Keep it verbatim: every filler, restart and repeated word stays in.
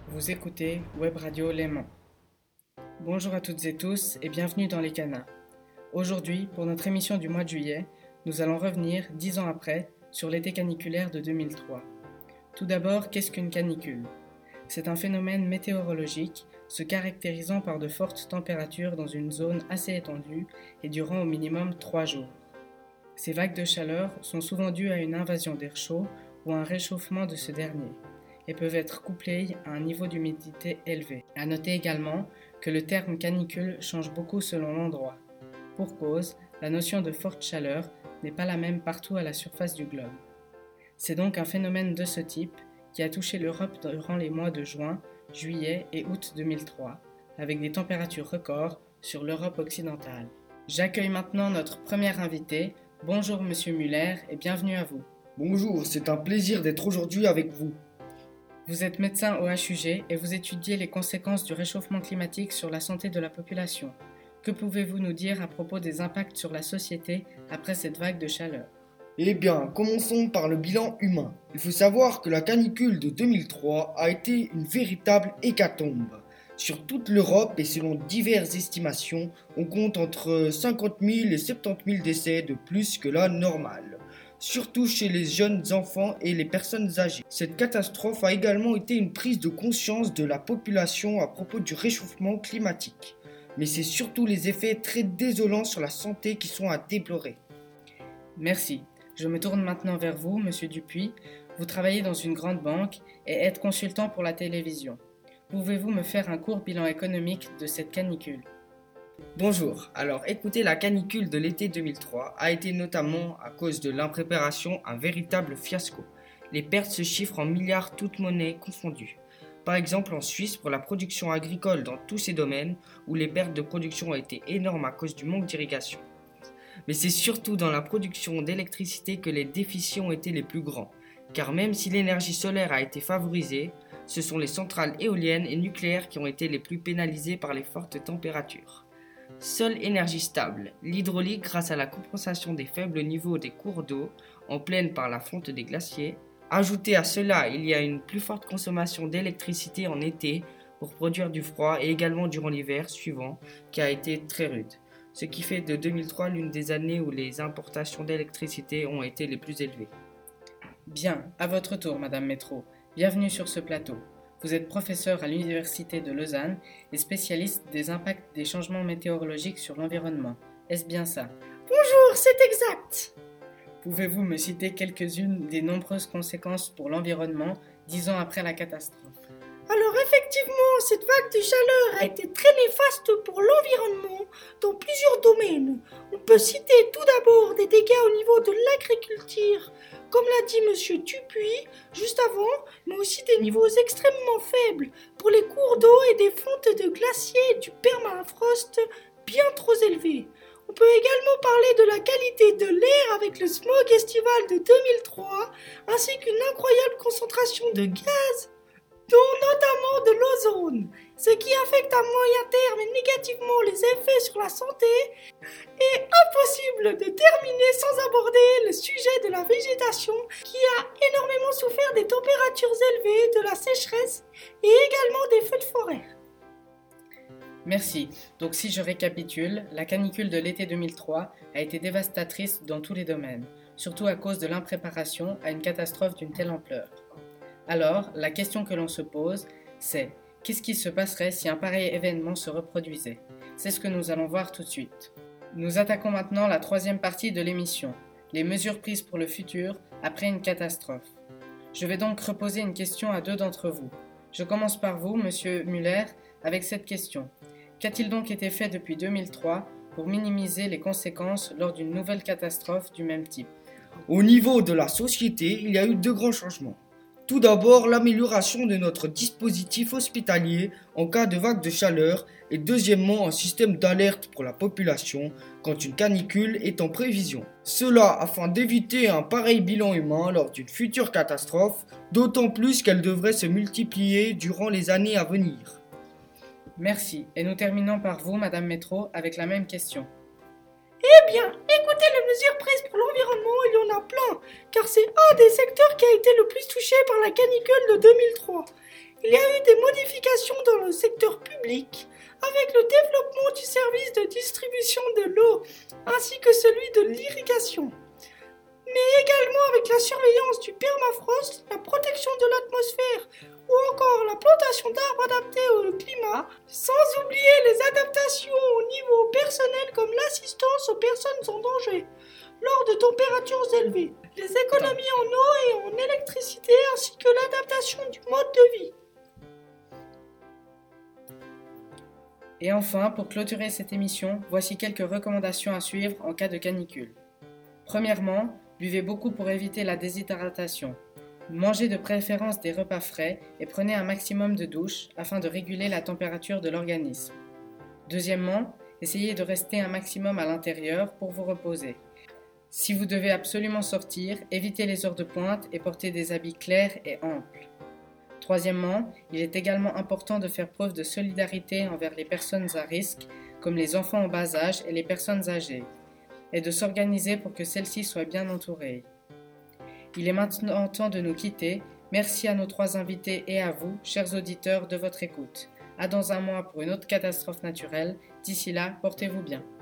Vous écoutez Web Radio Léman. Bonjour à toutes et tous et bienvenue dans les Canas. Aujourd'hui, pour notre émission du mois de juillet, nous allons revenir, dix ans après, sur l'été caniculaire de deux mille trois. Tout d'abord, qu'est-ce qu'une canicule ? C'est un phénomène météorologique se caractérisant par de fortes températures dans une zone assez étendue et durant au minimum trois jours. Ces vagues de chaleur sont souvent dues à une invasion d'air chaud ou à un réchauffement de ce dernier, et peuvent être couplées à un niveau d'humidité élevé. À noter également que le terme canicule change beaucoup selon l'endroit. Pour cause, la notion de forte chaleur n'est pas la même partout à la surface du globe. C'est donc un phénomène de ce type qui a touché l'Europe durant les mois de juin, juillet et août deux mille trois, avec des températures records sur l'Europe occidentale. J'accueille maintenant notre premier invité. Bonjour Monsieur Muller et bienvenue à vous. Bonjour, c'est un plaisir d'être aujourd'hui avec vous. Vous êtes médecin au H U G et vous étudiez les conséquences du réchauffement climatique sur la santé de la population. Que pouvez-vous nous dire à propos des impacts sur la société après cette vague de chaleur ? Eh bien, commençons par le bilan humain. Il faut savoir que la canicule de deux mille trois a été une véritable hécatombe. Sur toute l'Europe et selon diverses estimations, on compte entre cinquante mille et soixante-dix mille décès de plus que la normale, surtout chez les jeunes enfants et les personnes âgées. Cette catastrophe a également été une prise de conscience de la population à propos du réchauffement climatique. Mais c'est surtout les effets très désolants sur la santé qui sont à déplorer. Merci. Je me tourne maintenant vers vous, Monsieur Dupuis. Vous travaillez dans une grande banque et êtes consultant pour la télévision. Pouvez-vous me faire un court bilan économique de cette canicule ? Bonjour, alors écoutez, la canicule de l'été deux mille trois a été notamment, à cause de l'impréparation, un véritable fiasco. Les pertes se chiffrent en milliards toutes monnaies confondues. Par exemple en Suisse pour la production agricole dans tous ces domaines, où les pertes de production ont été énormes à cause du manque d'irrigation. Mais c'est surtout dans la production d'électricité que les déficits ont été les plus grands, car même si l'énergie solaire a été favorisée, ce sont les centrales éoliennes et nucléaires qui ont été les plus pénalisées par les fortes températures. Seule énergie stable, l'hydraulique grâce à la compensation des faibles niveaux des cours d'eau en plaine par la fonte des glaciers. Ajouté à cela, il y a une plus forte consommation d'électricité en été pour produire du froid et également durant l'hiver suivant qui a été très rude. Ce qui fait de deux mille trois l'une des années où les importations d'électricité ont été les plus élevées. Bien, à votre tour Madame Métro. Bienvenue sur ce plateau. Vous êtes professeur à l'Université de Lausanne et spécialiste des impacts des changements météorologiques sur l'environnement. Est-ce bien ça ? Bonjour, c'est exact. Pouvez-vous me citer quelques-unes des nombreuses conséquences pour l'environnement dix ans après la catastrophe ? Alors effectivement, cette vague de chaleur a été très néfaste pour l'environnement dans plusieurs domaines. On peut citer tout d'abord des dégâts au niveau de l'agriculture, comme l'a dit Monsieur Dupuis juste avant, mais aussi des niveaux extrêmement faibles pour les cours d'eau et des fontes de glaciers et du permafrost bien trop élevés. On peut également parler de la qualité de l'air avec le smog estival de deux mille trois, ainsi qu'une incroyable concentration de gaz, dont notamment de l'ozone, ce qui affecte à moyen terme négativement les effets sur la santé. Est impossible de terminer sans aborder le sujet de la végétation qui a énormément souffert des températures élevées, de la sécheresse et également des feux de forêt. Merci. Donc si je récapitule, la canicule de l'été deux mille trois a été dévastatrice dans tous les domaines, surtout à cause de l'impréparation à une catastrophe d'une telle ampleur. Alors, la question que l'on se pose, c'est qu'est-ce qui se passerait si un pareil événement se reproduisait ? C'est ce que nous allons voir tout de suite. Nous attaquons maintenant la troisième partie de l'émission, les mesures prises pour le futur après une catastrophe. Je vais donc reposer une question à deux d'entre vous. Je commence par vous, Monsieur Muller, avec cette question. Qu'a-t-il donc été fait depuis deux mille trois pour minimiser les conséquences lors d'une nouvelle catastrophe du même type ? Au niveau de la société, il y a eu deux grands changements. Tout d'abord, l'amélioration de notre dispositif hospitalier en cas de vague de chaleur et deuxièmement, un système d'alerte pour la population quand une canicule est en prévision. Cela afin d'éviter un pareil bilan humain lors d'une future catastrophe, d'autant plus qu'elle devrait se multiplier durant les années à venir. Merci. Et nous terminons par vous, Madame Métro, avec la même question. Eh bien, écoutez les mesures prises pour l'environnement, il y en a plein, car c'est un des secteurs qui a été le plus touché par la canicule de deux mille trois. Il y a eu des modifications dans le secteur public, avec le développement du service de distribution de l'eau, ainsi que celui de l'irrigation. Mais également avec la surveillance du permafrost, la protection de l'atmosphère ou encore la plantation d'arbres adaptés au climat, sans oublier les adaptations au niveau personnel comme l'assistance aux personnes en danger lors de températures élevées, les économies en eau et en électricité ainsi que l'adaptation du mode de vie. Et enfin, pour clôturer cette émission, voici quelques recommandations à suivre en cas de canicule. Premièrement, buvez beaucoup pour éviter la déshydratation. Mangez de préférence des repas frais et prenez un maximum de douches afin de réguler la température de l'organisme. Deuxièmement, essayez de rester un maximum à l'intérieur pour vous reposer. Si vous devez absolument sortir, évitez les heures de pointe et portez des habits clairs et amples. Troisièmement, il est également important de faire preuve de solidarité envers les personnes à risque, comme les enfants en bas âge et les personnes âgées, et de s'organiser pour que celles-ci soient bien entourées. Il est maintenant temps de nous quitter. Merci à nos trois invités et à vous, chers auditeurs, de votre écoute. À dans un mois pour une autre catastrophe naturelle. D'ici là, portez-vous bien.